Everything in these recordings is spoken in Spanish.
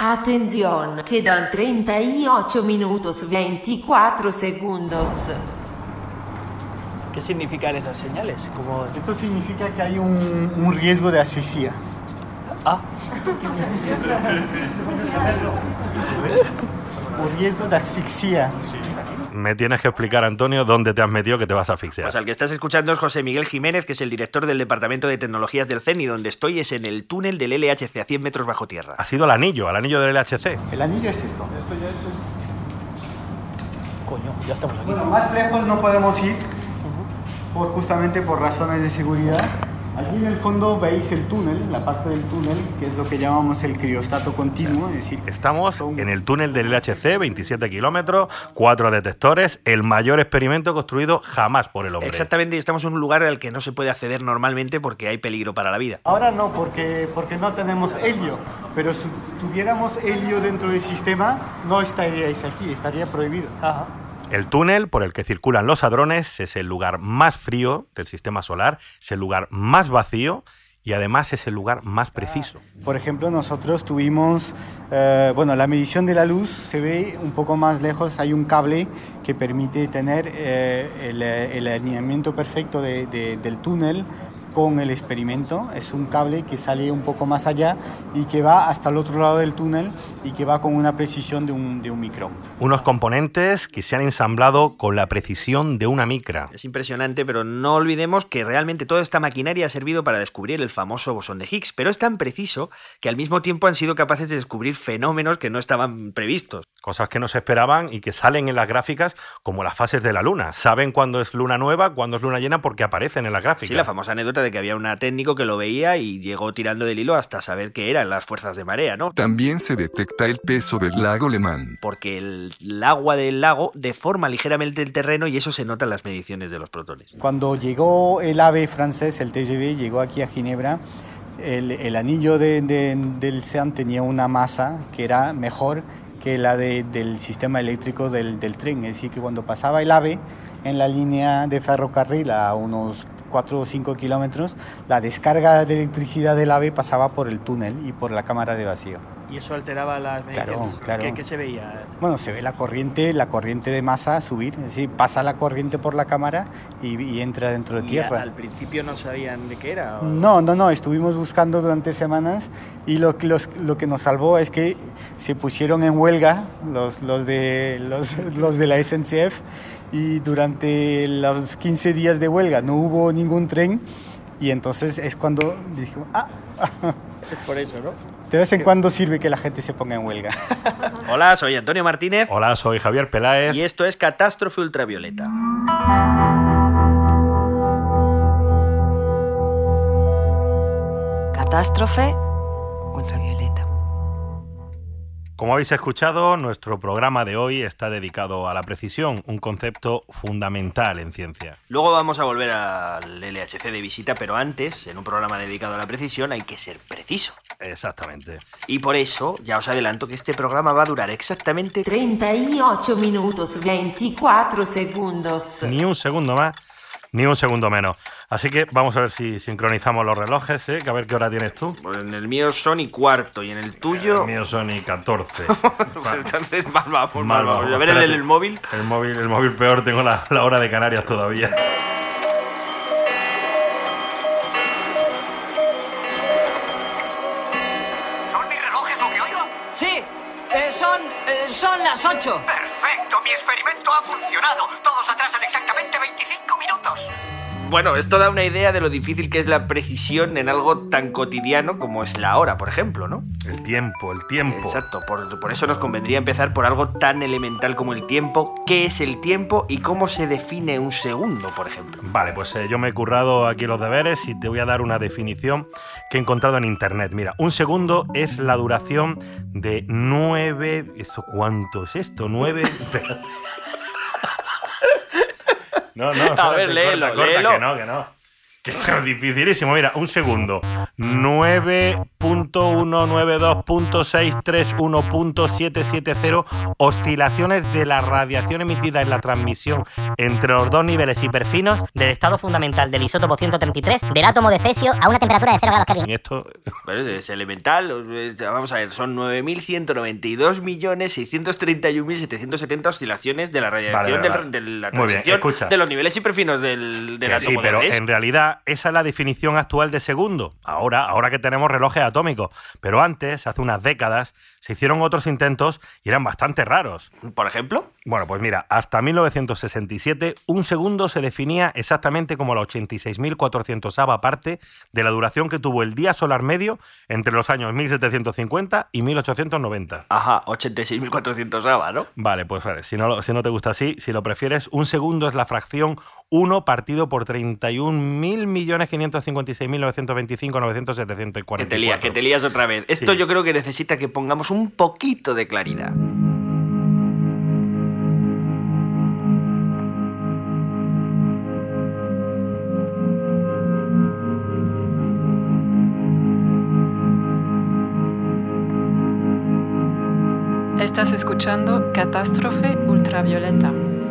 Atención, quedan 38 minutos 24 segundos. ¿Qué significan esas señales? Esto significa que hay un riesgo de asfixia. Ah. Un riesgo de asfixia. Me tienes que explicar, Antonio, dónde te has metido que te vas a asfixiar. Pues al que estás escuchando es José Miguel Jiménez, que es el director del Departamento de Tecnologías del CEN, y donde estoy es en el túnel del LHC, a 100 metros bajo tierra. Ha sido al anillo del LHC. El anillo es esto. Esto ya es... Coño, ya estamos aquí. Bueno, más lejos no podemos ir, justamente por razones de seguridad. Allí en el fondo veis el túnel, la parte del túnel, que es lo que llamamos el criostato continuo. Es decir, estamos en el túnel del LHC, 27 kilómetros, 4 detectores, el mayor experimento construido jamás por el hombre. Exactamente, y estamos en un lugar al que no se puede acceder normalmente porque hay peligro para la vida. Ahora no, porque no tenemos helio, pero si tuviéramos helio dentro del sistema, no estaríais aquí, estaría prohibido. Ajá. El túnel por el que circulan los hadrones es el lugar más frío del sistema solar, es el lugar más vacío y además es el lugar más preciso. Por ejemplo, nosotros tuvimos, la medición de la luz se ve un poco más lejos, hay un cable que permite tener el alineamiento perfecto del túnel con el experimento. Es un cable que sale un poco más allá y que va hasta el otro lado del túnel y que va con una precisión de un micrón. Unos componentes que se han ensamblado con la precisión de una micra. Es impresionante, pero no olvidemos que realmente toda esta maquinaria ha servido para descubrir el famoso bosón de Higgs, pero es tan preciso que al mismo tiempo han sido capaces de descubrir fenómenos que no estaban previstos. Cosas que no se esperaban y que salen en las gráficas como las fases de la luna. Saben cuándo es luna nueva, cuándo es luna llena porque aparecen en las gráficas. Sí, la famosa anécdota de que había un técnico que lo veía y llegó tirando del hilo hasta saber qué eran las fuerzas de marea, ¿no? También se detecta el peso del lago Le Mans. Porque el agua del lago deforma ligeramente el terreno y eso se nota en las mediciones de los protones. Cuando llegó el AVE francés, el TGV, llegó aquí a Ginebra, el anillo del CERN tenía una masa que era mejor que la del sistema eléctrico del tren. Es decir, que cuando pasaba el AVE en la línea de ferrocarril a unos 4 o 5 kilómetros, la descarga de electricidad del AVE pasaba por el túnel y por la cámara de vacío. ¿Y eso alteraba las mediciones? Claro. ¿Qué se veía? Bueno, se ve la corriente de masa subir, es decir, pasa la corriente por la cámara y entra dentro de tierra. ¿Al principio no sabían de qué era? ¿O? No, estuvimos buscando durante semanas y lo que nos salvó es que se pusieron en huelga los de la SNCF y durante los 15 días de huelga no hubo ningún tren y entonces es cuando dijimos, Es por eso, ¿no? De vez en cuando sirve que la gente se ponga en huelga. Hola, soy Antonio Martínez. Hola, soy Javier Peláez. Y esto es Catástrofe Ultravioleta. Catástrofe Ultravioleta. Como habéis escuchado, nuestro programa de hoy está dedicado a la precisión, un concepto fundamental en ciencia. Luego vamos a volver al LHC de visita, pero antes, en un programa dedicado a la precisión, hay que ser preciso. Exactamente. Y por eso, ya os adelanto que este programa va a durar exactamente 38 minutos 24 segundos. Ni un segundo más, ni un segundo menos. Así que vamos a ver si sincronizamos los relojes, ¿eh? Que a ver qué hora tienes tú. Pues en el mío son y cuarto, y en el tuyo... El mío son y 14. Entonces, mal vamos. A ver el móvil. El móvil peor, tengo la hora de Canarias todavía. ¿Son mis relojes lo que oigo? Sí, son las 8. ¡Perfecto! Mi experimento ha funcionado. Todos atrasan exactamente 25 minutos. Bueno, esto da una idea de lo difícil que es la precisión en algo tan cotidiano como es la hora, por ejemplo, ¿no? El tiempo. Exacto, por eso nos convendría empezar por algo tan elemental como el tiempo. ¿Qué es el tiempo y cómo se define un segundo, por ejemplo? Vale, pues yo me he currado aquí los deberes y te voy a dar una definición que he encontrado en internet. Mira, un segundo es la duración de 9... ¿Esto cuánto es esto? 9... No, a ver, léelo. Que no. Que eso es dificilísimo. Mira, un segundo. 9.192.631.770 oscilaciones de la radiación emitida en la transmisión entre los dos niveles hiperfinos del estado fundamental del isótopo 133 del átomo de cesio a una temperatura de 0 grados Kelvin. Y esto... Bueno, es elemental. Vamos a ver, son 9.192.631.770 oscilaciones de la radiación de la transición de los niveles hiperfinos del átomo de pero cesio. En realidad esa es la definición actual de segundo. Ahora que tenemos relojes atómicos. Pero antes, hace unas décadas, se hicieron otros intentos y eran bastante raros. ¿Por ejemplo? Bueno, pues mira, hasta 1967 un segundo se definía exactamente como la 86.400ava parte de la duración que tuvo el día solar medio entre los años 1750 y 1890. Ajá, 86.400ava, ¿no? Vale, pues vale, si no te gusta así, si lo prefieres, un segundo es la fracción 1 partido por 31.556.925.974. Que te lías otra vez. Esto sí. Yo creo que necesita que pongamos un poquito de claridad. Estás escuchando Catástrofe Ultravioleta.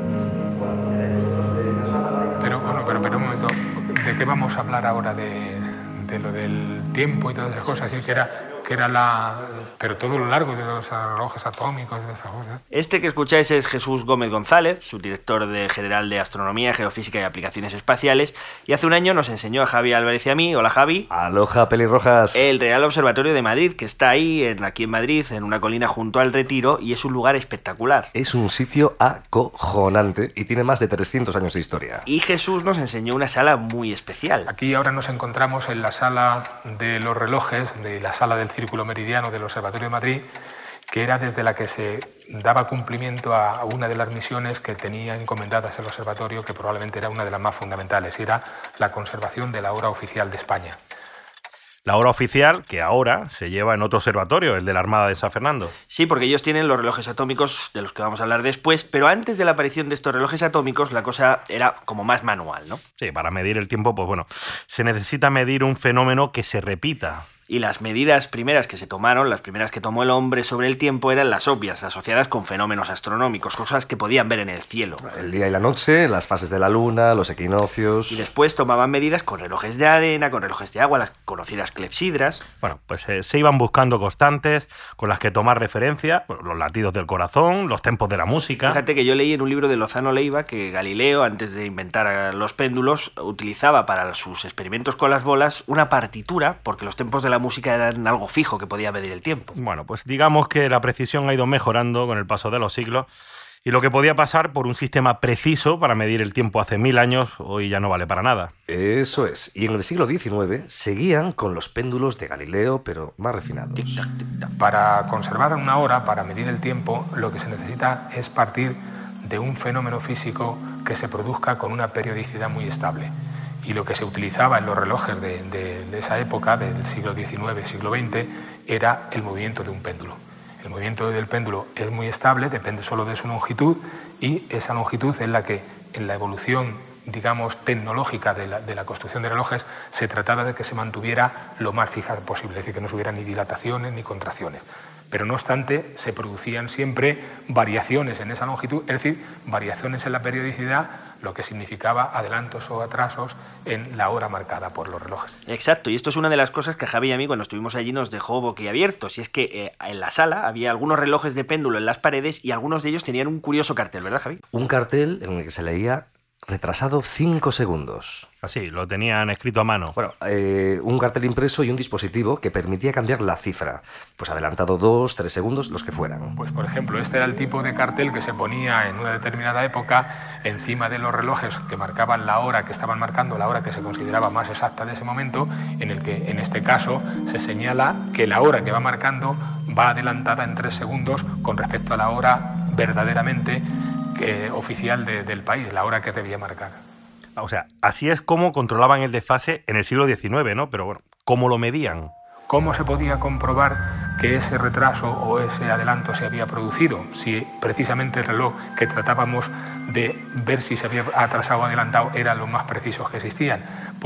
Pero un momento, ¿de qué vamos a hablar ahora? De lo del tiempo y todas esas cosas, ¿sí? que era pero todo lo largo de los relojes atómicos y de esas cosas. Este que escucháis es Jesús Gómez González, subdirector general de Astronomía, Geofísica y Aplicaciones Espaciales, y hace un año nos enseñó a Javi Álvarez y a mí, hola Javi. Aloha, pelirrojas. El Real Observatorio de Madrid, que está ahí, aquí en Madrid, en una colina junto al Retiro, y es un lugar espectacular. Es un sitio acojonante y tiene más de 300 años de historia. Y Jesús nos enseñó una sala muy especial. Aquí ahora nos encontramos en la sala de los relojes, de la sala del Círculo Meridiano del Observatorio de Madrid, que era desde la que se daba cumplimiento a una de las misiones que tenía encomendadas el observatorio, que probablemente era una de las más fundamentales, y era la conservación de la hora oficial de España. La hora oficial que ahora se lleva en otro observatorio, el de la Armada de San Fernando. Sí, porque ellos tienen los relojes atómicos de los que vamos a hablar después, pero antes de la aparición de estos relojes atómicos la cosa era como más manual, ¿no? Sí, para medir el tiempo, pues bueno, se necesita medir un fenómeno que se repita. Y las medidas primeras que se tomaron, las primeras que tomó el hombre sobre el tiempo, eran las obvias, asociadas con fenómenos astronómicos, cosas que podían ver en el cielo. El día y la noche, las fases de la luna, los equinoccios... Y después tomaban medidas con relojes de arena, con relojes de agua, las conocidas clepsidras. Bueno, pues se iban buscando constantes con las que tomar referencia, los latidos del corazón, los tempos de la música... Fíjate que yo leí en un libro de Lozano Leiva que Galileo, antes de inventar los péndulos, utilizaba para sus experimentos con las bolas una partitura, porque los tempos de la música eran algo fijo que podía medir el tiempo. Bueno, pues digamos que la precisión ha ido mejorando con el paso de los siglos y lo que podía pasar por un sistema preciso para medir el tiempo hace 1000 años, hoy ya no vale para nada. Eso es. Y en el siglo XIX seguían con los péndulos de Galileo, pero más refinados. Tic-tac, tic-tac. Para conservar una hora, para medir el tiempo, lo que se necesita es partir de un fenómeno físico que se produzca con una periodicidad muy estable. Y lo que se utilizaba en los relojes de esa época, del siglo XIX, siglo XX, era el movimiento de un péndulo. El movimiento del péndulo es muy estable, depende solo de su longitud, y esa longitud es la que en la evolución, digamos, tecnológica de la construcción de relojes se trataba de que se mantuviera lo más fija posible, es decir, que no hubiera ni dilataciones ni contracciones. Pero no obstante, se producían siempre variaciones en esa longitud, es decir, variaciones en la periodicidad, lo que significaba adelantos o atrasos en la hora marcada por los relojes. Exacto, y esto es una de las cosas que a Javi y a mí cuando estuvimos allí nos dejó boquiabiertos, y es que en la sala había algunos relojes de péndulo en las paredes y algunos de ellos tenían un curioso cartel, ¿verdad, Javi? Un cartel en el que se leía retrasado 5 segundos. Así, lo tenían escrito a mano. Bueno, un cartel impreso y un dispositivo que permitía cambiar la cifra. Pues adelantado 2, 3 segundos, los que fueran. Pues, por ejemplo, este era el tipo de cartel que se ponía en una determinada época encima de los relojes que marcaban la hora, que estaban marcando la hora que se consideraba más exacta de ese momento, en el que, en este caso, se señala que la hora que va marcando va adelantada en 3 segundos con respecto a la hora verdaderamente oficial del país, la hora que debía marcar. O sea, así es como controlaban el desfase en el siglo XIX, ¿no? Pero bueno, ¿cómo lo medían? ¿Cómo se podía comprobar que ese retraso o ese adelanto se había producido? Si precisamente el reloj que tratábamos de ver si se había atrasado o adelantado eran los más precisos que existían. Pues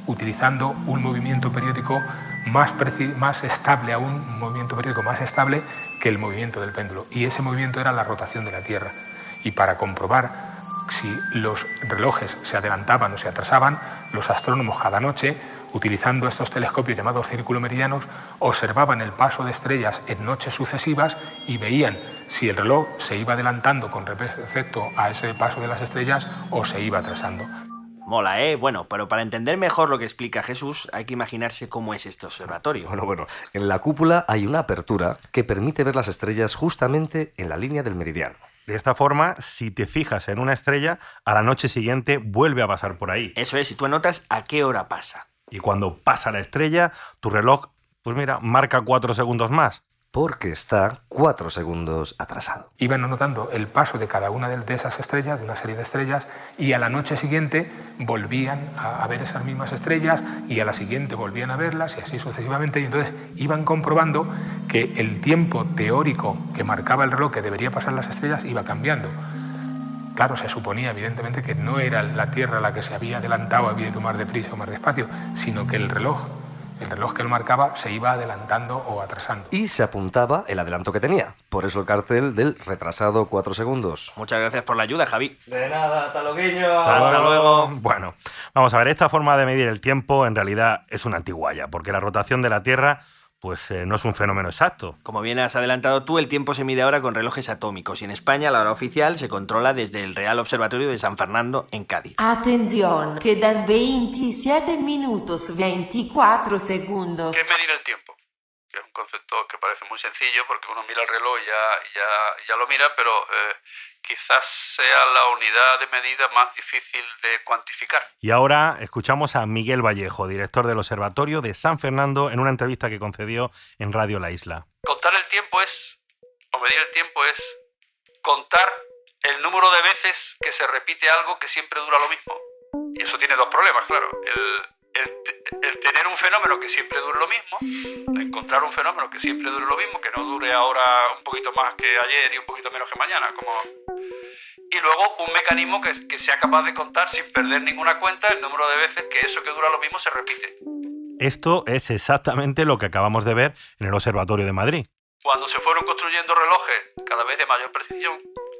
utilizando un movimiento periódico más estable aún, un movimiento periódico más estable que el movimiento del péndulo. Y ese movimiento era la rotación de la Tierra. Y para comprobar si los relojes se adelantaban o se atrasaban, los astrónomos cada noche, utilizando estos telescopios llamados círculo-meridianos, observaban el paso de estrellas en noches sucesivas y veían si el reloj se iba adelantando con respecto a ese paso de las estrellas o se iba atrasando. Mola, ¿eh? Bueno, pero para entender mejor lo que explica Jesús, hay que imaginarse cómo es este observatorio. Bueno, en la cúpula hay una apertura que permite ver las estrellas justamente en la línea del meridiano. De esta forma, si te fijas en una estrella, a la noche siguiente vuelve a pasar por ahí. Eso es, y tú anotas a qué hora pasa. Y cuando pasa la estrella, tu reloj, pues mira, marca 4 segundos más. Porque está 4 segundos atrasado. Iban anotando el paso de cada una de esas estrellas, de una serie de estrellas, y a la noche siguiente volvían a ver esas mismas estrellas, y a la siguiente volvían a verlas, y así sucesivamente. Y entonces iban comprobando que el tiempo teórico que marcaba el reloj que debería pasar las estrellas iba cambiando. Claro, se suponía evidentemente que no era la Tierra la que se había adelantado, había ido más deprisa o más despacio, sino que el reloj que lo marcaba se iba adelantando o atrasando. Y se apuntaba el adelanto que tenía. Por eso el cartel del retrasado 4 segundos. Muchas gracias por la ayuda, Javi. De nada, hasta luego. Hasta luego. Bueno, vamos a ver, esta forma de medir el tiempo en realidad es una antigualla, porque la rotación de la Tierra pues no es un fenómeno exacto. Como bien has adelantado tú, el tiempo se mide ahora con relojes atómicos y en España la hora oficial se controla desde el Real Observatorio de San Fernando en Cádiz. Atención, quedan 27 minutos 24 segundos. ¿Qué es medir el tiempo? Que es un concepto que parece muy sencillo porque uno mira el reloj y ya lo mira, pero quizás sea la unidad de medida más difícil de cuantificar. Y ahora escuchamos a Miguel Vallejo, director del Observatorio de San Fernando, en una entrevista que concedió en Radio La Isla. Contar el tiempo o medir el tiempo es contar el número de veces que se repite algo que siempre dura lo mismo. Y eso tiene dos problemas, claro. El tener un fenómeno que siempre dure lo mismo, encontrar un fenómeno que siempre dure lo mismo, que no dure ahora un poquito más que ayer y un poquito menos que mañana, y luego un mecanismo que sea capaz de contar sin perder ninguna cuenta el número de veces que eso que dura lo mismo se repite. Esto es exactamente lo que acabamos de ver en el Observatorio de Madrid. Cuando se fueron construyendo relojes cada vez de mayor precisión,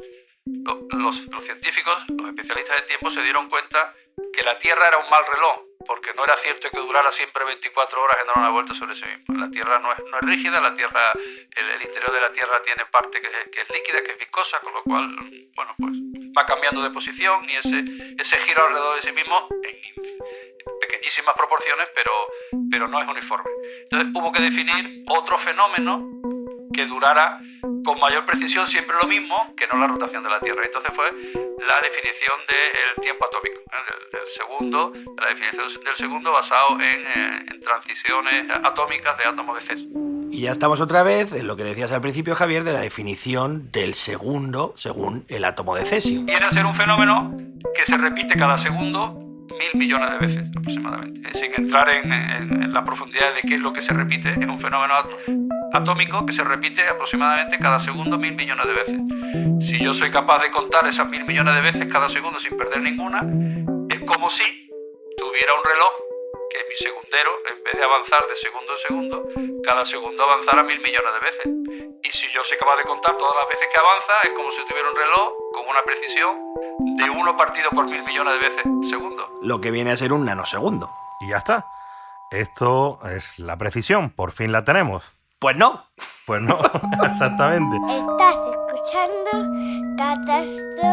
los científicos, los especialistas del tiempo, se dieron cuenta que la Tierra era un mal reloj, porque no era cierto que durara siempre 24 horas en dar una vuelta sobre sí misma. La Tierra no es rígida, la Tierra, el interior de la Tierra tiene parte que es líquida, que es viscosa, con lo cual, bueno, pues va cambiando de posición y ese giro alrededor de sí mismo en pequeñísimas proporciones, pero no es uniforme. Entonces hubo que definir otro fenómeno que durara con mayor precisión siempre lo mismo, que no la rotación de la Tierra. Entonces fue la definición del tiempo atómico, del segundo, la definición del segundo basado en transiciones atómicas de átomos de cesio. Y ya estamos otra vez en lo que decías al principio, Javier, de la definición del segundo según el átomo de cesio. Viene a ser un fenómeno que se repite cada segundo 1.000 millones de veces aproximadamente. Sin entrar en la profundidad de qué es lo que se repite, es un fenómeno atómico que se repite aproximadamente cada segundo 1.000 millones de veces. Si yo soy capaz de contar esas 1.000 millones de veces cada segundo sin perder ninguna, es como si tuviera un reloj que mi segundero, en vez de avanzar de segundo en segundo, cada segundo avanzara 1.000 millones de veces. Y si yo soy capaz de contar todas las veces que avanza, es como si tuviera un reloj con una precisión de 1 partido por 1.000 millones de veces segundo. Lo que viene a ser un nanosegundo. Y ya está. Esto es la precisión, por fin la tenemos. Pues no. Pues no, exactamente. Estás escuchando Catástrofe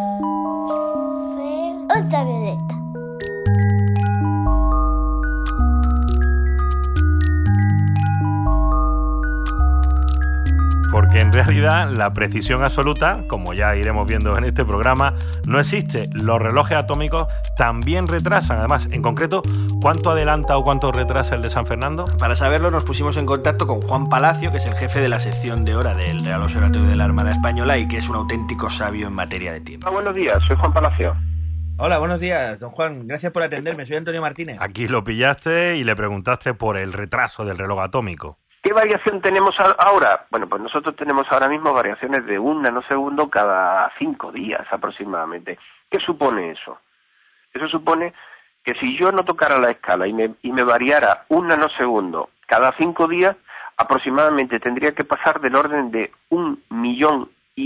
Ultravioleta. Porque en realidad la precisión absoluta, como ya iremos viendo en este programa, no existe. Los relojes atómicos también retrasan. Además, en concreto, ¿cuánto adelanta o cuánto retrasa el de San Fernando? Para saberlo nos pusimos en contacto con Juan Palacio, que es el jefe de la sección de hora del Real Observatorio de la Armada Española y que es un auténtico sabio en materia de tiempo. Buenos días, soy Juan Palacio. Hola, buenos días, don Juan. Gracias por atenderme. Soy Antonio Martínez. Aquí lo pillaste y le preguntaste por el retraso del reloj atómico. ¿Qué variación tenemos ahora? Bueno, pues nosotros tenemos ahora mismo variaciones de 1 nanosegundo cada 5 días aproximadamente. ¿Qué supone eso? Eso supone que si yo no tocara la escala y me variara un nanosegundo cada 5 días, aproximadamente tendría que pasar del orden de 1,5 millones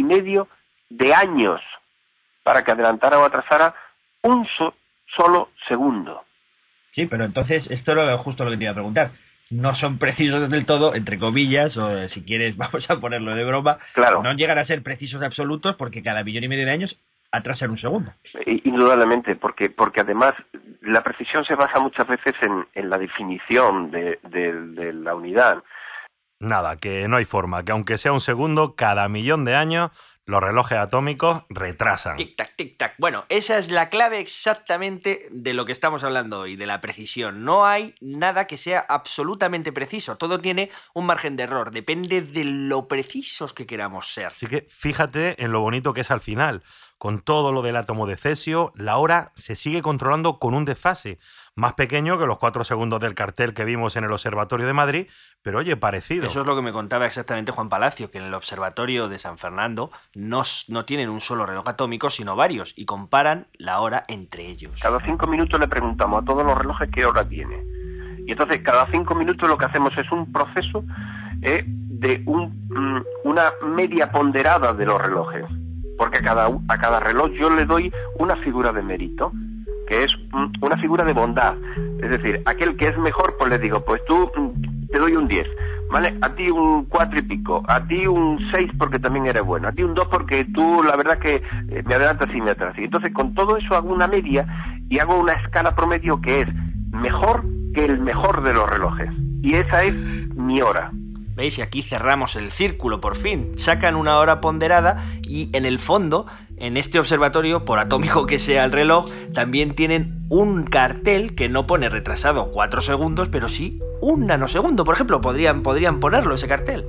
de años para que adelantara o atrasara un solo segundo. Sí, pero entonces esto es justo lo que te iba a preguntar. No son precisos del todo, entre comillas, o si quieres vamos a ponerlo de broma. Claro. No llegan a ser precisos absolutos porque cada 1,5 millones de años atrasan un segundo. Indudablemente, porque además la precisión se basa muchas veces en la definición de la unidad. Nada, que no hay forma, que aunque sea un segundo, cada 1.000.000 de años los relojes atómicos retrasan. Tic-tac, tic-tac. Bueno, esa es la clave exactamente de lo que estamos hablando hoy, de la precisión. No hay nada que sea absolutamente preciso. Todo tiene un margen de error. Depende de lo precisos que queramos ser. Así que fíjate en lo bonito que es al final. Con todo lo del átomo de cesio, la hora se sigue controlando con un desfase, más pequeño que los 4 segundos del cartel que vimos en el Observatorio de Madrid, pero oye, parecido. Eso es lo que me contaba exactamente Juan Palacio, que en el Observatorio de San Fernando no tienen un solo reloj atómico, sino varios, y comparan la hora entre ellos. Cada 5 minutos le preguntamos a todos los relojes qué hora tiene. Y entonces cada 5 minutos lo que hacemos es un proceso de una media ponderada de los relojes. Porque a cada reloj yo le doy una figura de mérito, que es una figura de bondad. Es decir, aquel que es mejor, pues le digo, pues tú te doy un 10, ¿vale? A ti un 4 y pico, a ti un 6 porque también eres bueno, a ti un 2 porque tú la verdad que me adelantas y me atrasas. Y entonces con todo eso hago una media y hago una escala promedio que es mejor que el mejor de los relojes. Y esa es mi hora. ¿Veis? Y aquí cerramos el círculo, por fin. Sacan una hora ponderada y en el fondo, en este observatorio, por atómico que sea el reloj, también tienen un cartel que no pone retrasado 4 segundos, pero sí 1 nanosegundo, por ejemplo. Podrían ponerlo, ese cartel.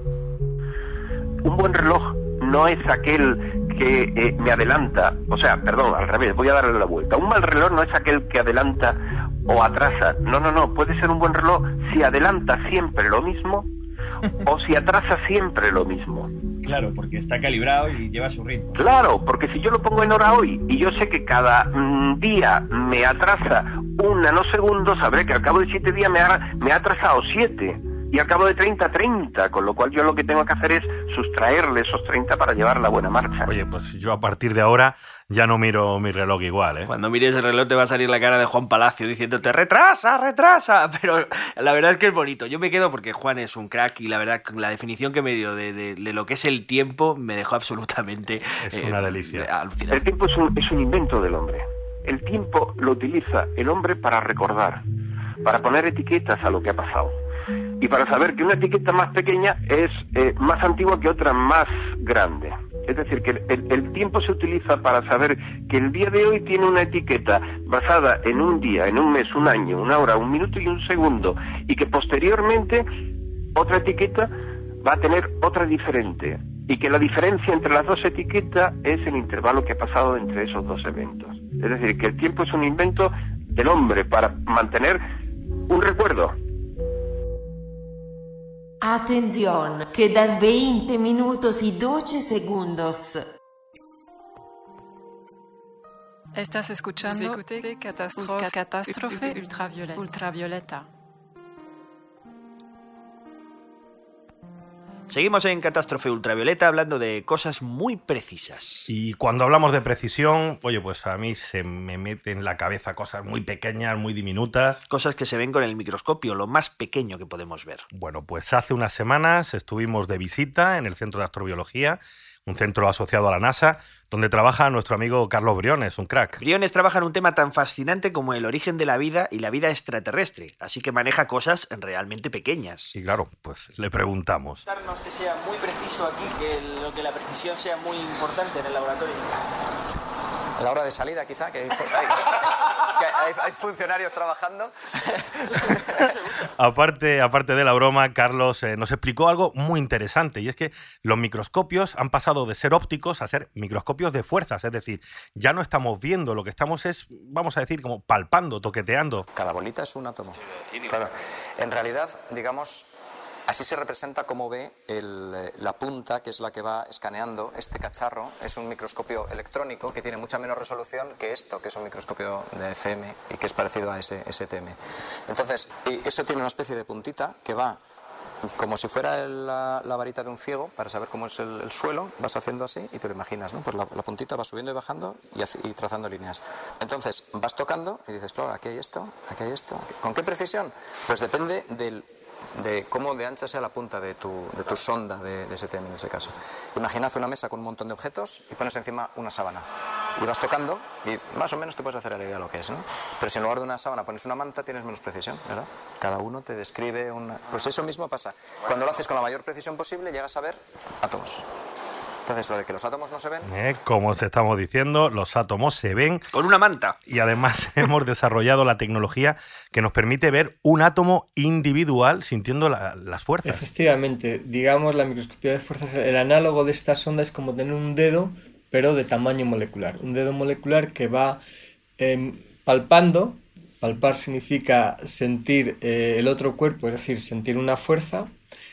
Un buen reloj no es aquel que me adelanta, o sea, perdón, al revés, voy a darle la vuelta. Un mal reloj no es aquel que adelanta o atrasa. No, puede ser un buen reloj si adelanta siempre lo mismo o si atrasa siempre lo mismo. Claro, porque está calibrado y lleva su ritmo. Claro, porque si yo lo pongo en hora hoy y yo sé que cada día me atrasa 1 nanosegundo, sabré que al cabo de 7 días me ha atrasado 7 y al cabo de 30, con lo cual yo lo que tengo que hacer es sustraerle esos 30 para llevar la buena marcha. Oye, pues yo a partir de ahora ya no miro mi reloj igual, ¿eh? Cuando mires el reloj te va a salir la cara de Juan Palacio diciéndote ¡retrasa! Pero la verdad es que es bonito. Yo me quedo porque Juan es un crack y la verdad la definición que me dio de lo que es el tiempo me dejó absolutamente... Es una delicia. El tiempo es un invento del hombre. El tiempo lo utiliza el hombre para recordar, para poner etiquetas a lo que ha pasado. Y para saber que una etiqueta más pequeña es más antigua que otra más grande. Es decir, que el tiempo se utiliza para saber que el día de hoy tiene una etiqueta basada en un día, en un mes, un año, una hora, un minuto y un segundo, y que posteriormente otra etiqueta va a tener otra diferente, y que la diferencia entre las dos etiquetas es el intervalo que ha pasado entre esos dos eventos. Es decir, que el tiempo es un invento del hombre para mantener un recuerdo. Atención, quedan 20 minutos y 12 segundos. Estás escuchando Catástrofe Ultravioleta. Seguimos en Catástrofe Ultravioleta hablando de cosas muy precisas. Y cuando hablamos de precisión, oye, pues a mí se me mete en la cabeza cosas muy pequeñas, muy diminutas. Cosas que se ven con el microscopio, lo más pequeño que podemos ver. Bueno, pues hace unas semanas estuvimos de visita en el Centro de Astrobiología, un centro asociado a la NASA, donde trabaja nuestro amigo Carlos Briones, un crack. Briones trabaja en un tema tan fascinante como el origen de la vida y la vida extraterrestre, así que maneja cosas realmente pequeñas. Y claro, pues le preguntamos. Que sea muy preciso aquí, que la precisión sea muy importante en el laboratorio. A la hora de salida, quizá, que hay funcionarios trabajando. Aparte de la broma, Carlos nos explicó algo muy interesante, y es que los microscopios han pasado de ser ópticos a ser microscopios de fuerzas, es decir, ya no estamos viendo, lo que estamos es, vamos a decir, como palpando, toqueteando. Cada bolita es un átomo. Claro. En realidad, digamos, Así se representa cómo ve la punta, que es la que va escaneando este cacharro. Es un microscopio electrónico que tiene mucha menos resolución que esto, que es un microscopio de FM y que es parecido a ese STM. Entonces, eso tiene una especie de puntita que va como si fuera la varita de un ciego para saber cómo es el suelo. Vas haciendo así y te lo imaginas, ¿no? Pues la puntita va subiendo y bajando y trazando líneas. Entonces vas tocando y dices, claro, aquí hay esto, aquí hay esto. ¿Con qué precisión? Pues depende de cómo de ancha sea la punta de tu sonda de STM en ese caso. Imaginad una mesa con un montón de objetos y pones encima una sábana. Y vas tocando y más o menos te puedes hacer la idea de lo que es, ¿no? Pero si en lugar de una sábana pones una manta, tienes menos precisión, ¿verdad? Cada uno te describe una... Pues eso mismo pasa. Cuando lo haces con la mayor precisión posible, llegas a ver átomos. Entonces, lo de que los átomos no se ven... Como os estamos diciendo, los átomos se ven... Con una manta. Y además hemos desarrollado la tecnología que nos permite ver un átomo individual sintiendo las fuerzas. Efectivamente, digamos, la microscopía de fuerzas, el análogo de esta sonda es como tener un dedo, pero de tamaño molecular. Un dedo molecular que va palpando. Palpar significa sentir el otro cuerpo, es decir, sentir una fuerza,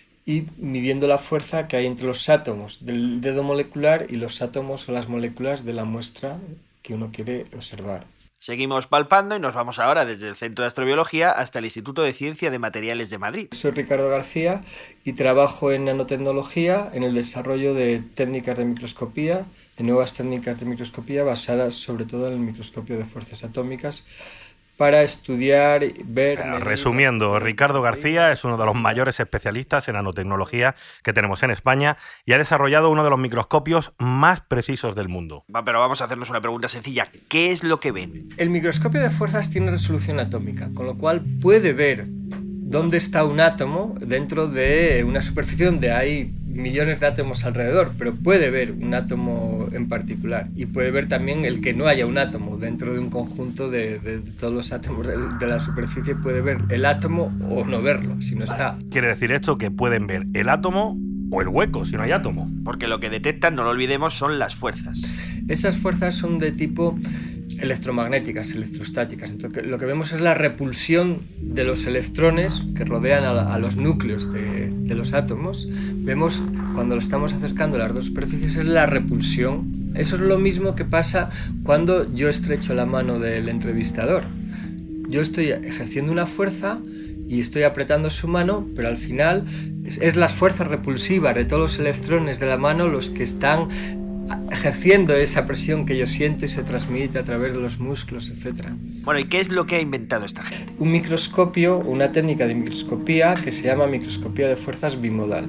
y midiendo la fuerza que hay entre los átomos del dedo molecular y los átomos o las moléculas de la muestra que uno quiere observar. Seguimos palpando y nos vamos ahora desde el Centro de Astrobiología hasta el Instituto de Ciencia de Materiales de Madrid. Soy Ricardo García y trabajo en nanotecnología, en el desarrollo de técnicas de microscopía, de nuevas técnicas de microscopía basadas sobre todo en el microscopio de fuerzas atómicas, para estudiar, ver... Resumiendo, Ricardo García es uno de los mayores especialistas en nanotecnología que tenemos en España y ha desarrollado uno de los microscopios más precisos del mundo. Pero vamos a hacernos una pregunta sencilla. ¿Qué es lo que ven? El microscopio de fuerzas tiene resolución atómica, con lo cual puede ver dónde está un átomo dentro de una superficie donde hay millones de átomos alrededor, pero puede ver un átomo en particular y puede ver también el que no haya un átomo dentro de un conjunto de todos los átomos de la superficie. Puede ver el átomo o no verlo, si no está. Quiere decir esto que pueden ver el átomo o el hueco, si no hay átomo. Porque lo que detectan, no lo olvidemos, son las fuerzas. Esas fuerzas son de tipo electromagnéticas, electrostáticas. Entonces, lo que vemos es la repulsión de los electrones que rodean a los núcleos de los átomos. Vemos, cuando lo estamos acercando a las dos superficies, es la repulsión. Eso es lo mismo que pasa cuando yo estrecho la mano del entrevistador. Yo estoy ejerciendo una fuerza y estoy apretando su mano, pero al final es las fuerzas repulsivas de todos los electrones de la mano los que están ejerciendo esa presión que yo siento y se transmite a través de los músculos, etc. Bueno, ¿y qué es lo que ha inventado esta gente? Un microscopio, una técnica de microscopía que se llama microscopía de fuerzas bimodal.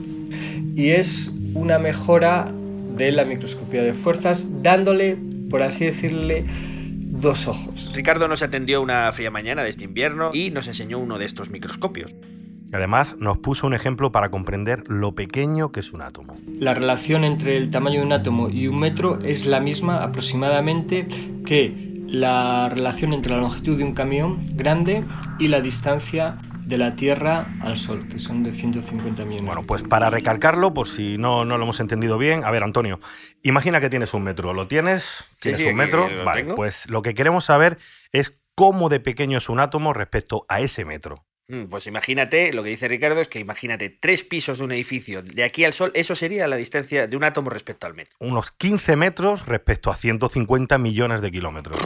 Y es una mejora de la microscopía de fuerzas, dándole, por así decirle, dos ojos. Ricardo nos atendió una fría mañana de este invierno y nos enseñó uno de estos microscopios. Además, nos puso un ejemplo para comprender lo pequeño que es un átomo. La relación entre el tamaño de un átomo y un metro es la misma aproximadamente que la relación entre la longitud de un camión grande y la distancia de la Tierra al Sol, que son de 150 millones. Bueno, pues para recalcarlo, por si no lo hemos entendido bien, a ver, Antonio, imagina que tienes un metro. ¿Lo tienes? ¿Tienes un metro? Vale, tengo. Pues lo que queremos saber es cómo de pequeño es un átomo respecto a ese metro. Pues imagínate, lo que dice Ricardo es que imagínate 3 pisos de un edificio de aquí al Sol, eso sería la distancia de un átomo respecto al metro. Unos 15 metros respecto a 150 millones de kilómetros.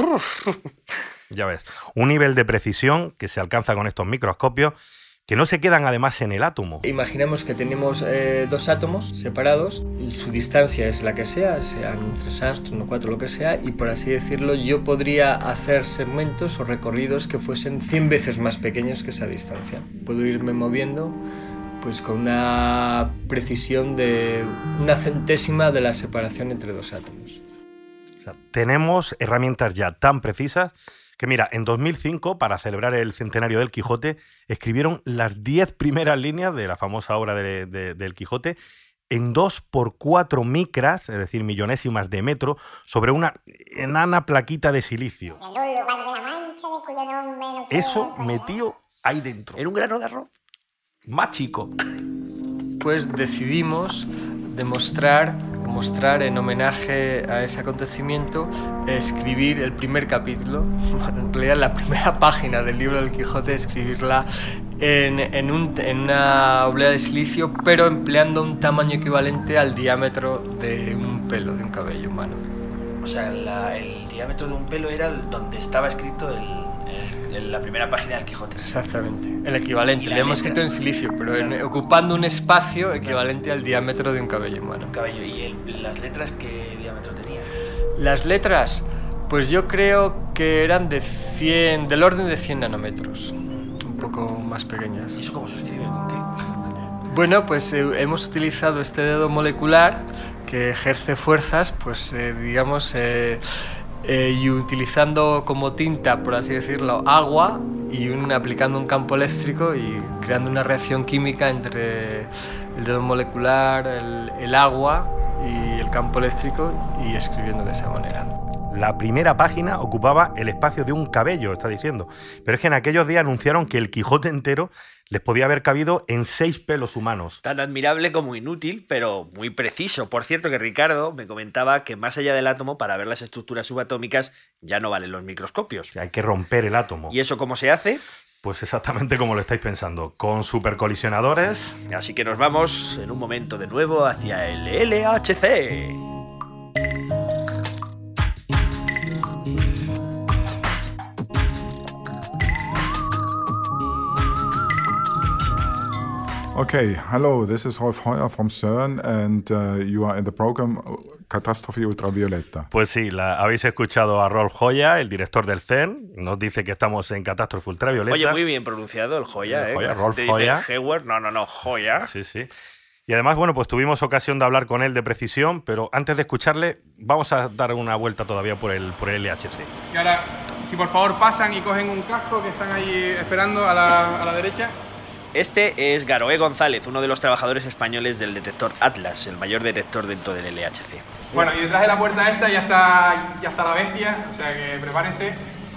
Ya ves, un nivel de precisión que se alcanza con estos microscopios que no se quedan además en el átomo. Imaginemos que tenemos dos átomos separados, y su distancia es la que sea, sean 3 angstroms o 4, lo que sea, y por así decirlo, yo podría hacer segmentos o recorridos que fuesen 100 veces más pequeños que esa distancia. Puedo irme moviendo pues con una precisión de 1/100ª de la separación entre dos átomos. O sea, tenemos herramientas ya tan precisas que mira, en 2005, para celebrar el centenario del Quijote, escribieron las 10 primeras líneas de la famosa obra del Quijote en 2×4 micras, es decir, millonésimas de metro, sobre una enana plaquita de silicio. En un lugar de la Mancha de cuyo nombre no quiero Eso metido ahí dentro. ¿En un grano de arroz? Más chico. Pues decidimos demostrar en homenaje a ese acontecimiento, escribir el primer capítulo, en realidad la primera página del libro del Quijote, escribirla en una oblea de silicio, pero empleando un tamaño equivalente al diámetro de un pelo de un cabello humano. O sea, el diámetro de un pelo era donde estaba escrito la primera página del Quijote. Exactamente, el equivalente. Le hemos escrito en silicio, pero ocupando un espacio equivalente al diámetro de un cabello humano. Un cabello. ¿Y las letras qué diámetro tenían? Las letras, pues yo creo que eran del orden de 100 nanómetros, un poco más pequeñas. ¿Y eso cómo se escribe? ¿Con qué? Bueno, pues hemos utilizado este dedo molecular que ejerce fuerzas, pues digamos, y utilizando como tinta, por así decirlo, agua y aplicando un campo eléctrico y creando una reacción química entre el dedo molecular, el agua y el campo eléctrico, y escribiendo de esa manera. La primera página ocupaba el espacio de un cabello, está diciendo. Pero es que en aquellos días anunciaron que el Quijote entero les podía haber cabido en 6 pelos humanos. Tan admirable como inútil, pero muy preciso. Por cierto, que Ricardo me comentaba que más allá del átomo, para ver las estructuras subatómicas, ya no valen los microscopios. O sea, hay que romper el átomo. ¿Y eso cómo se hace? Pues exactamente como lo estáis pensando, con supercolisionadores. Así que nos vamos en un momento de nuevo hacia el LHC. Okay, hello, this is Rolf Heuer from CERN and you are in the program Catástrofe Ultravioleta. Pues sí, habéis escuchado a Rolf Heuer, el director del CERN, nos dice que estamos en Catástrofe Ultravioleta. Oye, muy bien pronunciado el Heuer, Rolf Heuer. Heuer, no, Heuer. Sí, sí. Y además, bueno, pues tuvimos ocasión de hablar con él de precisión, pero antes de escucharle, vamos a dar una vuelta todavía por el LHC. Y ahora, si por favor pasan y cogen un casco que están ahí esperando a la derecha. Este es Garoé González, uno de los trabajadores españoles del detector Atlas, el mayor detector dentro del LHC. Bueno, y detrás de la puerta esta ya está la bestia, o sea que prepárense.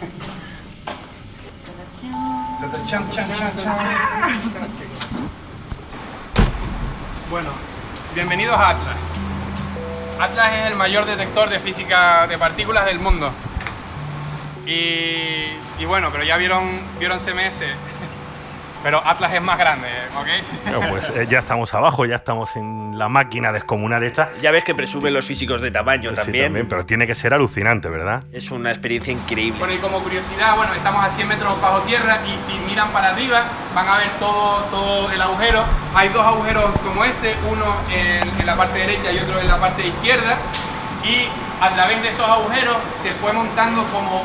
Bueno, bienvenidos a Atlas. Atlas es el mayor detector de física de partículas del mundo. Y bueno, pero ya vieron CMS. Pero Atlas es más grande, ¿ok? Bueno, pues ya estamos abajo, ya estamos en la máquina descomunal esta. Ya ves que presumen los físicos de tamaño sí, también. Pero tiene que ser alucinante, ¿verdad? Es una experiencia increíble. Bueno, y como curiosidad, bueno, estamos a 100 metros bajo tierra y si miran para arriba van a ver todo el agujero. Hay 2 agujeros como este, uno en la parte derecha y otro en la parte izquierda. Y a través de esos agujeros se fue montando como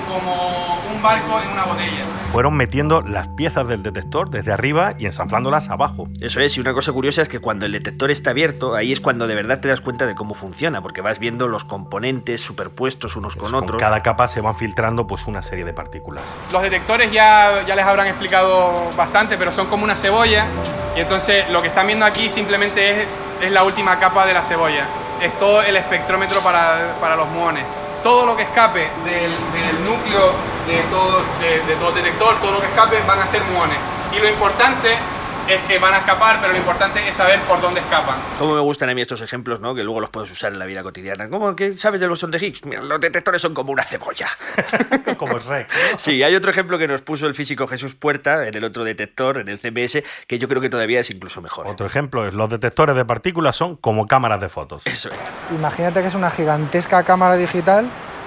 un barco en una botella. Fueron metiendo las piezas del detector desde arriba y ensamblándolas abajo. Eso es, y una cosa curiosa es que cuando el detector está abierto, ahí es cuando de verdad te das cuenta de cómo funciona, porque vas viendo los componentes superpuestos unos con otros. Con cada capa se van filtrando pues una serie de partículas. Los detectores ya les habrán explicado bastante, pero son como una cebolla, y entonces lo que están viendo aquí simplemente es la última capa de la cebolla. Es todo el espectrómetro para los muones. Todo lo que escape del núcleo de todo detector, todo lo que escape van a ser muones. Y lo importante es que van a escapar, pero lo importante es saber por dónde escapan. Cómo me gustan a mí estos ejemplos, ¿no? Que luego los puedes usar en la vida cotidiana. ¿Cómo que sabes del bosón de Higgs? Mira, los detectores son como una cebolla. Como el rey. Sí, hay otro ejemplo que nos puso el físico Jesús Puerta en el otro detector, en el CMS, que yo creo que todavía es incluso mejor. Otro ejemplo es los detectores de partículas son como cámaras de fotos. Eso es. Imagínate que es una gigantesca cámara digital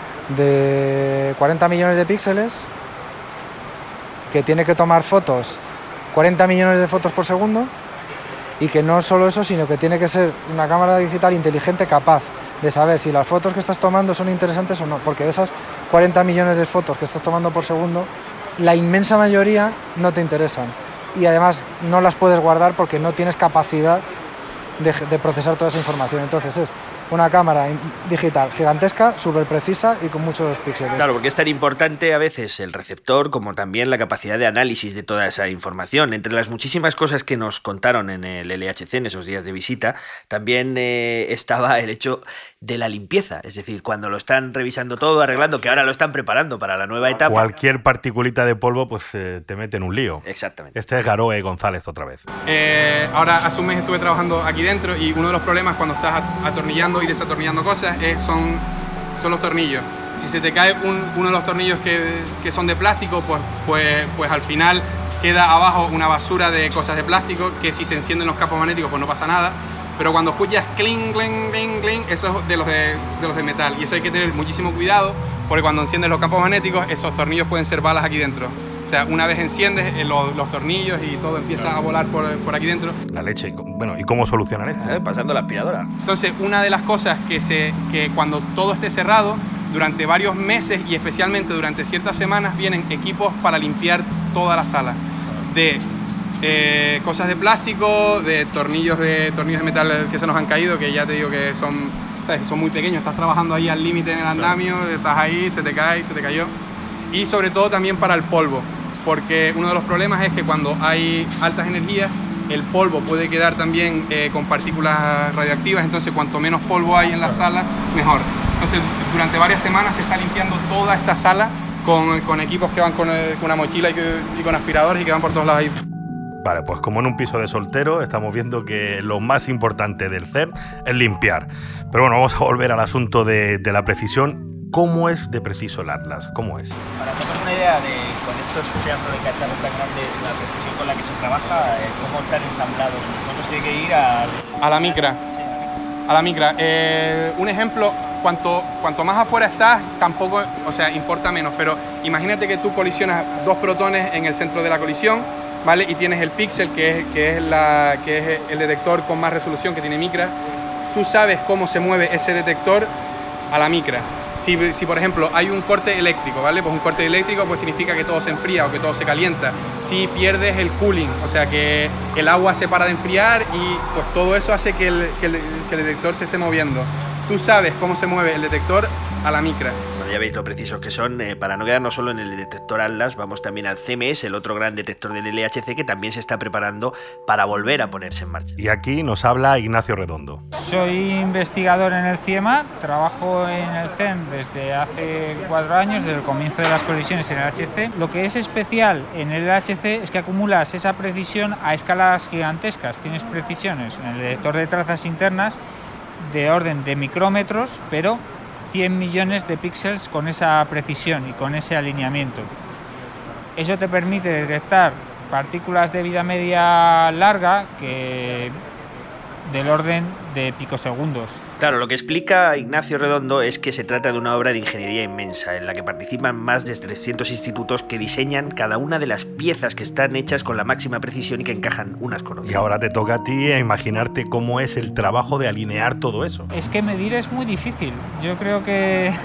de 40 millones de píxeles que tiene que tomar fotos, 40 millones de fotos por segundo, y que no solo eso, sino que tiene que ser una cámara digital inteligente capaz de saber si las fotos que estás tomando son interesantes o no, porque de esas 40 millones de fotos que estás tomando por segundo, la inmensa mayoría no te interesan y además no las puedes guardar porque no tienes capacidad de procesar toda esa información. Entonces es una cámara digital gigantesca, súper precisa y con muchos píxeles. Claro, porque es tan importante a veces el receptor como también la capacidad de análisis de toda esa información. Entre las muchísimas cosas que nos contaron en el LHC en esos días de visita, también estaba el hecho de la limpieza. Es decir, cuando lo están revisando todo, arreglando, que ahora lo están preparando para la nueva etapa. Cualquier particulita de polvo pues te mete en un lío. Exactamente. Este es Garoé González otra vez. Ahora hace un mes estuve trabajando aquí dentro y uno de los problemas cuando estás atornillando y desatornillando cosas son los tornillos. Si se te cae uno de los tornillos que son de plástico, pues al final queda abajo una basura de cosas de plástico que si se encienden los campos magnéticos pues no pasa nada, pero cuando escuchas cling, cling, cling, cling, eso es de los de metal, y eso hay que tener muchísimo cuidado porque cuando enciendes los campos magnéticos esos tornillos pueden ser balas aquí dentro. O sea, una vez enciendes los tornillos y todo empieza a volar por aquí dentro. La leche. Bueno, ¿y cómo solucionan esto? Pasando la aspiradora. Entonces, una de las cosas que cuando todo esté cerrado, durante varios meses y especialmente durante ciertas semanas, vienen equipos para limpiar toda la sala. De cosas de plástico, de tornillos de metal que se nos han caído, que ya te digo que son, ¿sabes? Son muy pequeños. Estás trabajando ahí al límite en el andamio, estás ahí, se te cae, se te cayó. Y sobre todo también para el polvo, porque uno de los problemas es que cuando hay altas energías, el polvo puede quedar también con partículas radioactivas, entonces cuanto menos polvo hay en la sala, mejor. Entonces durante varias semanas se está limpiando toda esta sala con equipos que van con una mochila y con aspiradores y que van por todos lados ahí. Vale, pues como en un piso de soltero, estamos viendo que lo más importante del CERN es limpiar. Pero bueno, vamos a volver al asunto de la precisión. ¿Cómo es de preciso el Atlas? ¿Cómo es? Para hacernos una idea de, con estos pedazos de cacharros tan grandes, la precisión con la que se trabaja, cómo están ensamblados, cuántos tiene que ir a la micra. Sí, a la micra. Un ejemplo, cuanto más afuera estás, tampoco, o sea, importa menos, pero imagínate que tú colisionas dos protones en el centro de la colisión, ¿vale? Y tienes el píxel, que es el detector con más resolución, que tiene micra. Tú sabes cómo se mueve ese detector a la micra. Si por ejemplo hay un corte eléctrico, ¿vale? Pues un corte eléctrico pues significa que todo se enfría o que todo se calienta. Si pierdes el cooling, o sea que el agua se para de enfriar y pues todo eso hace que el detector se esté moviendo. Tú sabes cómo se mueve el detector a la micra. Bueno, ya veis lo precisos que son. Para no quedarnos solo en el detector Atlas, vamos también al CMS, el otro gran detector del LHC que también se está preparando para volver a ponerse en marcha. Y aquí nos habla Ignacio Redondo. Soy investigador en el CIEMAT, trabajo en el CERN desde hace 4 años, desde el comienzo de las colisiones en el LHC. Lo que es especial en el LHC es que acumulas esa precisión a escalas gigantescas. Tienes precisiones en el detector de trazas internas de orden de micrómetros, pero 100 millones de píxeles con esa precisión y con ese alineamiento. Eso te permite detectar partículas de vida media larga que del orden de picosegundos. Claro, lo que explica Ignacio Redondo es que se trata de una obra de ingeniería inmensa en la que participan más de 300 institutos que diseñan cada una de las piezas que están hechas con la máxima precisión y que encajan unas con otras. Y ahora te toca a ti imaginarte cómo es el trabajo de alinear todo eso. Es que medir es muy difícil. Yo creo que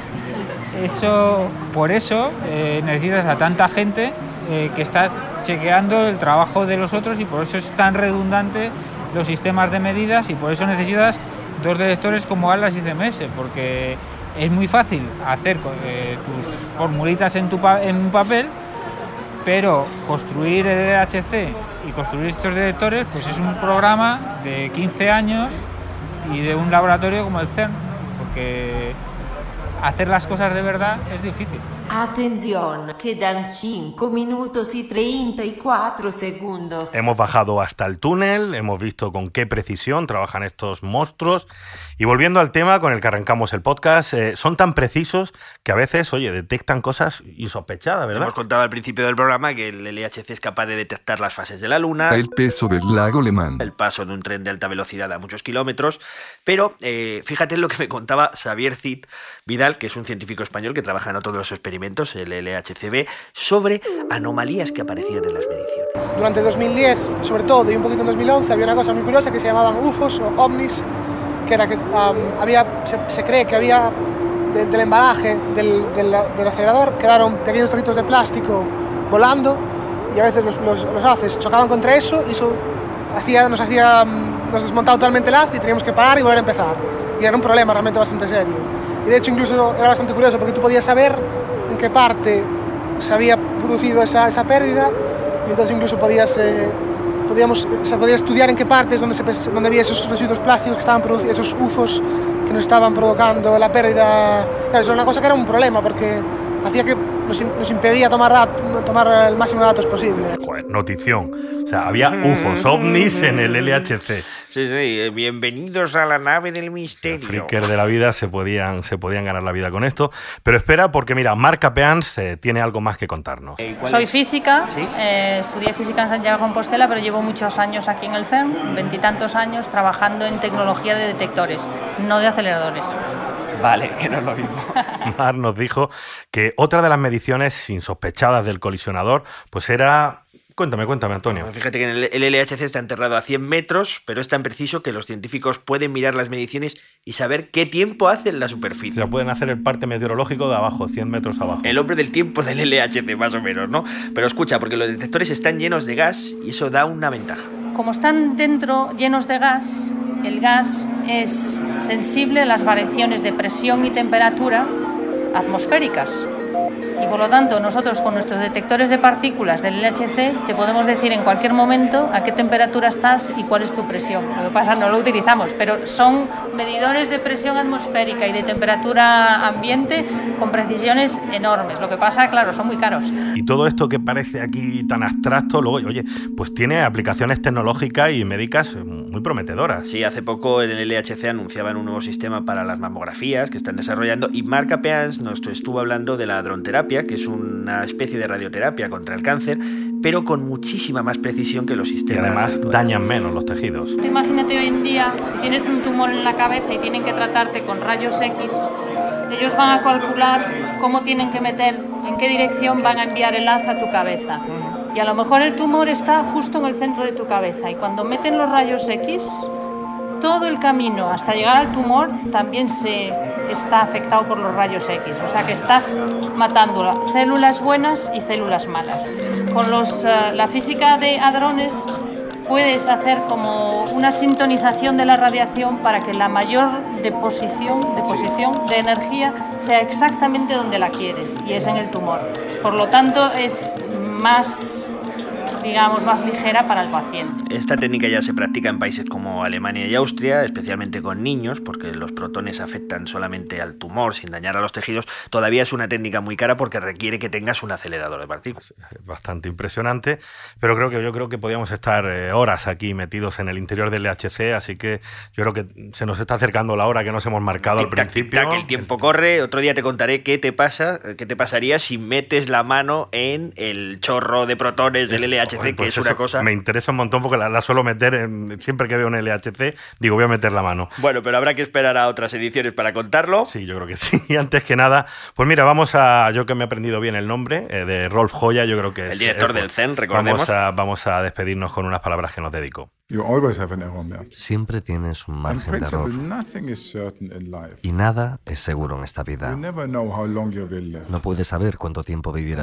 por eso necesitas a tanta gente que está chequeando el trabajo de los otros y por eso es tan redundante los sistemas de medidas y por eso necesitas dos detectores como Atlas y CMS, porque es muy fácil hacer tus formulitas en un papel, pero construir el LHC y construir estos detectores pues es un programa de 15 años y de un laboratorio como el CERN, porque hacer las cosas de verdad es difícil. Atención, quedan 5 minutos y 34 segundos. Hemos bajado hasta el túnel, hemos visto con qué precisión trabajan estos monstruos y volviendo al tema con el que arrancamos el podcast, son tan precisos que a veces, oye, detectan cosas insospechadas, ¿verdad? Hemos contado al principio del programa que el LHC es capaz de detectar las fases de la Luna, el peso del lago Le Mans, el paso de un tren de alta velocidad a muchos kilómetros, pero fíjate en lo que me contaba Xavier Cid Vidal, que es un científico español que trabaja en otro de los experimentos, el LHCb, sobre anomalías que aparecían en las mediciones. Durante 2010, sobre todo, y un poquito en 2011, había una cosa muy curiosa que se llamaban UFOs o OVNIs, que era que se cree que había del embalaje del acelerador quedaron pequeños trocitos de plástico volando y a veces los haces chocaban contra eso y eso nos desmontaba totalmente el haz y teníamos que parar y volver a empezar. Y era un problema realmente bastante serio. Y de hecho incluso era bastante curioso porque tú podías saber en qué parte se había producido esa pérdida y entonces incluso podía estudiar en qué partes donde había esos residuos plásticos que estaban produciendo, esos UFOs que nos estaban provocando la pérdida. Claro, eso era una cosa que era un problema porque hacía que nos impedía tomar el máximo de datos posible. Joder, notición. O sea, había UFOs, ovnis en el LHC. Sí, bienvenidos a la nave del misterio. Freaker de la vida se podían ganar la vida con esto. Pero espera, porque mira, Marc Capeans tiene algo más que contarnos. Soy física, ¿sí? Estudié física en Santiago de Compostela, pero llevo muchos años aquí en el CERN, 20 y tantos años, trabajando en tecnología de detectores, no de aceleradores. Vale, que no es lo mismo. Marc nos dijo que otra de las mediciones insospechadas del colisionador, pues era... Cuéntame, Antonio. Pues fíjate que el LHC está enterrado a 100 metros, pero es tan preciso que los científicos pueden mirar las mediciones y saber qué tiempo hace en la superficie. O sea, pueden hacer el parte meteorológico de abajo, 100 metros abajo. El hombre del tiempo del LHC, más o menos, ¿no? Pero escucha, porque los detectores están llenos de gas y eso da una ventaja. Como están dentro llenos de gas, el gas es sensible a las variaciones de presión y temperatura atmosféricas. Y por lo tanto, nosotros con nuestros detectores de partículas del LHC te podemos decir en cualquier momento a qué temperatura estás y cuál es tu presión. Lo que pasa, no lo utilizamos, pero son medidores de presión atmosférica y de temperatura ambiente con precisiones enormes. Lo que pasa, claro, son muy caros. Y todo esto que parece aquí tan abstracto, luego, oye, pues tiene aplicaciones tecnológicas y médicas muy prometedoras. Sí, hace poco en el LHC anunciaban un nuevo sistema para las mamografías que están desarrollando y Marc Capeans nos estuvo hablando de la dronterapia, que es una especie de radioterapia contra el cáncer, pero con muchísima más precisión que los sistemas. Y además dañan menos los tejidos. Imagínate hoy en día, si tienes un tumor en la cabeza y tienen que tratarte con rayos X, ellos van a calcular cómo tienen que meter, en qué dirección van a enviar el haz a tu cabeza. Y a lo mejor el tumor está justo en el centro de tu cabeza y cuando meten los rayos X, todo el camino hasta llegar al tumor también está afectado por los rayos X. O sea que estás matando células buenas y células malas. Con la física de hadrones puedes hacer como una sintonización de la radiación para que la mayor deposición de energía sea exactamente donde la quieres, y es en el tumor. Por lo tanto, es más ligera para el paciente. Esta técnica ya se practica en países como Alemania y Austria, especialmente con niños, porque los protones afectan solamente al tumor sin dañar a los tejidos. Todavía es una técnica muy cara porque requiere que tengas un acelerador de partículas. Bastante impresionante, pero yo creo que podíamos estar horas aquí metidos en el interior del LHC, así que yo creo que se nos está acercando la hora que nos hemos marcado al principio. El tiempo corre. Otro día te contaré qué te pasaría si metes la mano en el chorro de protones del LHC. Que pues es una cosa... Me interesa un montón porque la suelo meter siempre que veo un LHC, digo, voy a meter la mano. Bueno, pero habrá que esperar a otras ediciones para contarlo. Sí, yo creo que sí. Y antes que nada, pues mira, yo que me he aprendido bien el nombre de Rolf Hoyer, yo creo que es... El director del CERN, recordemos. Vamos a despedirnos con unas palabras que nos dedicó. Siempre tienes un margen de error. Y nada es seguro en esta vida. No puedes saber cuánto tiempo vivirás.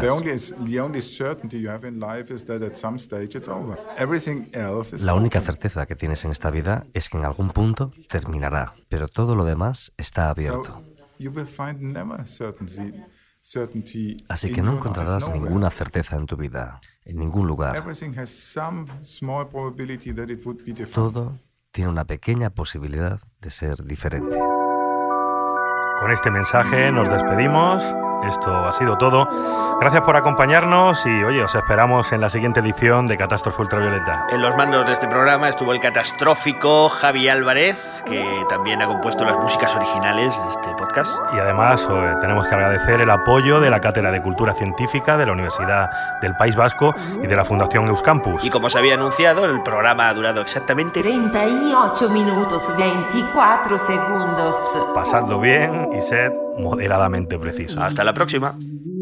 La única certeza que tienes en esta vida es que en algún punto terminará, pero todo lo demás está abierto. Así que no encontrarás ninguna certeza en tu vida, en ningún lugar. Todo tiene una pequeña posibilidad de ser diferente. Con este mensaje nos despedimos. Esto ha sido todo. Gracias por acompañarnos y, oye, os esperamos en la siguiente edición de Catástrofe Ultravioleta. En los mandos de este programa estuvo el catastrófico Javi Álvarez, que también ha compuesto las músicas originales de este podcast. Y además tenemos que agradecer el apoyo de la Cátedra de Cultura Científica de la Universidad del País Vasco y de la Fundación Euskampus. Y como os había anunciado, el programa ha durado exactamente 38 minutos 24 segundos. Pasadlo bien y sed moderadamente precisos. Hasta la próxima.